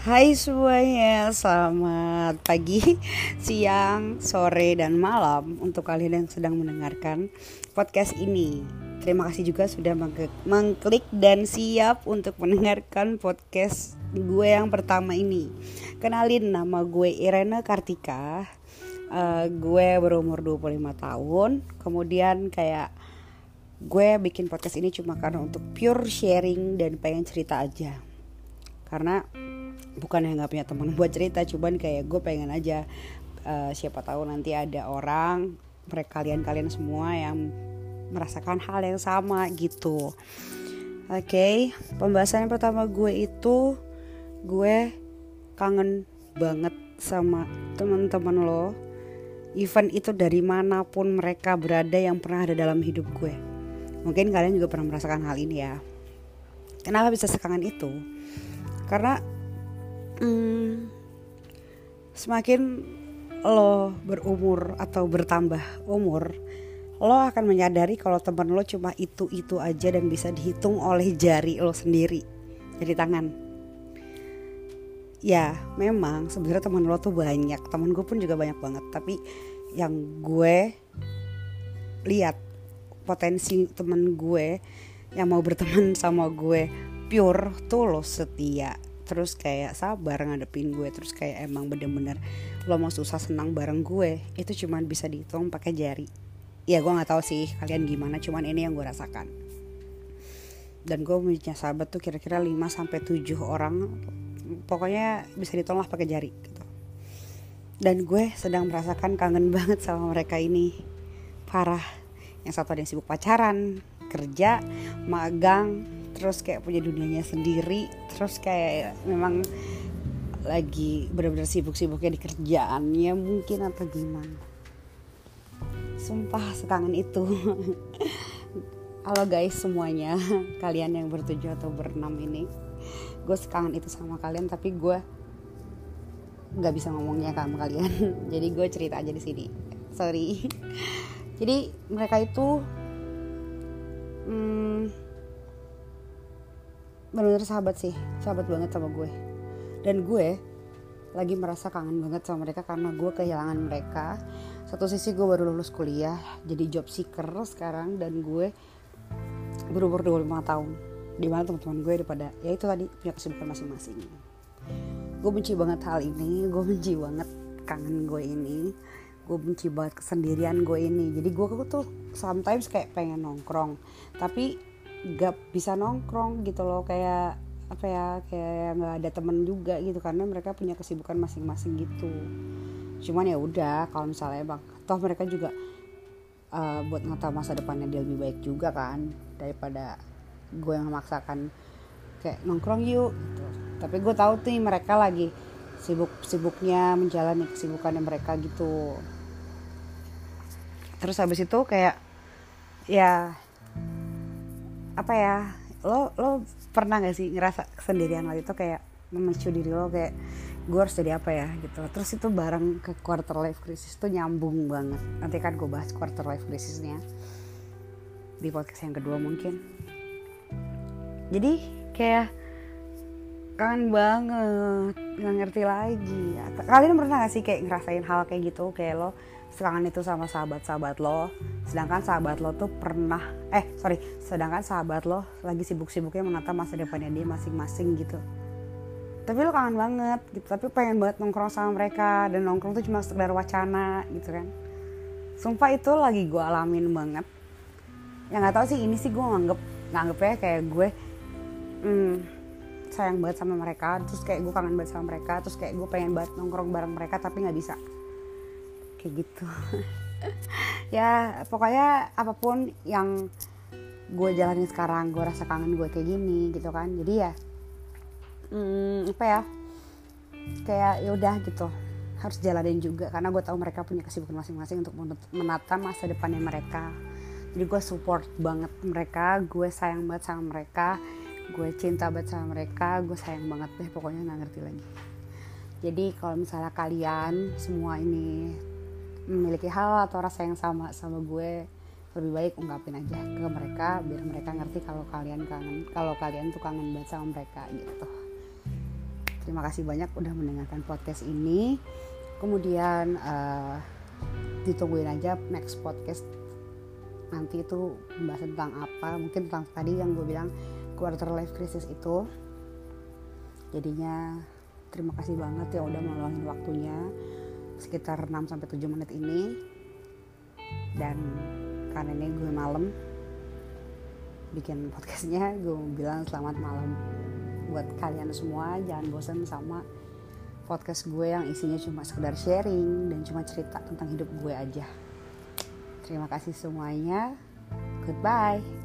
Hai semuanya, selamat pagi, siang, sore, dan malam untuk kalian yang sedang mendengarkan podcast ini. Terima kasih juga sudah mengklik dan siap untuk mendengarkan podcast gue yang pertama ini. Kenalin, nama gue Irene Kartika. Gue berumur 25 tahun. Kemudian kayak gue bikin podcast ini cuma karena untuk pure sharing dan pengen cerita aja. Karena bukan yang nggak punya teman buat cerita, cuman kayak gue pengen aja siapa tahu nanti ada orang, mereka kalian semua yang merasakan hal yang sama gitu. Oke, pembahasan yang pertama gue itu, gue kangen banget sama teman-teman lo, even itu dari manapun mereka berada yang pernah ada dalam hidup gue. Mungkin kalian juga pernah merasakan hal ini ya. Kenapa bisa sekangen itu? Karena semakin lo berumur atau bertambah umur, lo akan menyadari kalau teman lo cuma itu aja dan bisa dihitung oleh jari lo sendiri, jari tangan. Ya memang sebenarnya teman lo tuh banyak, teman gue pun juga banyak banget. Tapi yang gue lihat potensi teman gue yang mau berteman sama gue pure, tulus, setia, terus kayak sabar ngadepin gue, terus kayak emang bener-bener lo mau susah senang bareng gue, itu cuman bisa dihitung pakai jari. Ya gue nggak tahu sih kalian gimana, cuman ini yang gue rasakan. Dan gue punya sahabat tuh kira-kira 5-7 orang, pokoknya bisa dihitung lah pakai jari gitu. Dan gue sedang merasakan kangen banget sama mereka ini, parah. Yang satu ada yang sibuk pacaran, kerja, magang, terus kayak punya dunianya sendiri, terus kayak memang lagi benar-benar sibuk-sibuknya di kerjaannya mungkin atau gimana. Sumpah sekangen itu. Halo guys semuanya, kalian yang bertujuh atau berenam ini, gue sekangen itu sama kalian, tapi gue nggak bisa ngomongnya sama kalian. Jadi gue cerita aja di sini. Sorry. Jadi mereka itu benar-benar sahabat sih, sahabat banget sama gue. Dan gue lagi merasa kangen banget sama mereka karena gue kehilangan mereka. Satu sisi gue baru lulus kuliah, jadi job seeker sekarang, dan gue berumur 25 tahun. Dimana teman-teman gue daripada ya itu tadi punya kesibukan masing-masing. Gue benci banget hal ini, gue benci banget kangen gue ini, gue benci banget kesendirian gue ini. Jadi gue tuh sometimes kayak pengen nongkrong, tapi gak bisa nongkrong gitu loh, kayak apa ya, kayak nggak ada temen juga gitu karena mereka punya kesibukan masing-masing gitu. Cuman ya udah, kalau misalnya bang, toh mereka juga buat ngata masa depannya dia lebih baik juga kan, daripada gue yang memaksakan kayak nongkrong yuk gitu. Tapi gue tahu tuh mereka lagi sibuk-sibuknya menjalani kesibukannya mereka gitu. Terus habis itu kayak ya apa ya, lo pernah gak sih ngerasa kesendirian waktu itu, kayak memicu diri lo kayak gue harus jadi apa ya gitu. Terus itu bareng ke quarter life crisis tuh nyambung banget. Nanti kan gue bahas quarter life crisisnya di podcast yang kedua mungkin. Jadi kayak kangen banget, gak ngerti lagi. Kalian pernah gak sih kayak ngerasain hal kayak gitu, kayak lo sekangen itu sama sahabat-sahabat lo, sedangkan sahabat lo lagi sibuk-sibuknya menata masa depannya dia masing-masing gitu. Tapi lo kangen banget gitu, tapi pengen banget nongkrong sama mereka, dan nongkrong tuh cuma sekedar wacana gitu kan. Sumpah itu lagi gue alamin banget. Ya nggak tahu sih, ini sih gue nganggepnya kayak gue sayang banget sama mereka, terus kayak gue kangen banget sama mereka, terus kayak gue pengen banget nongkrong bareng mereka tapi nggak bisa. Kayak gitu. Ya pokoknya apapun yang gue jalanin sekarang, gue rasa kangen gue kayak gini gitu kan. Jadi ya apa ya, kayak ya udah gitu, harus jalanin juga karena gue tahu mereka punya kesibukan masing-masing untuk menata masa depannya mereka. Jadi gue support banget mereka, gue sayang banget sama mereka, gue cinta banget sama mereka, gue sayang banget deh, pokoknya nggak ngerti lagi. Jadi kalau misalnya kalian semua ini memiliki hal atau rasa yang sama gue, lebih baik ungkapin aja ke mereka biar mereka ngerti kalau kalian tuh kangen banget sama mereka gitu. Terima kasih banyak udah mendengarkan podcast ini. Kemudian ditungguin aja next podcast nanti itu membahas tentang apa. Mungkin tentang tadi yang gue bilang quarter life crisis itu. Jadinya terima kasih banget ya udah meluangin waktunya sekitar 6-7 menit ini. Dan karena ini gue malam bikin podcastnya, gue bilang selamat malam buat kalian semua. Jangan bosan sama podcast gue yang isinya cuma sekedar sharing dan cuma cerita tentang hidup gue aja. Terima kasih semuanya. Goodbye.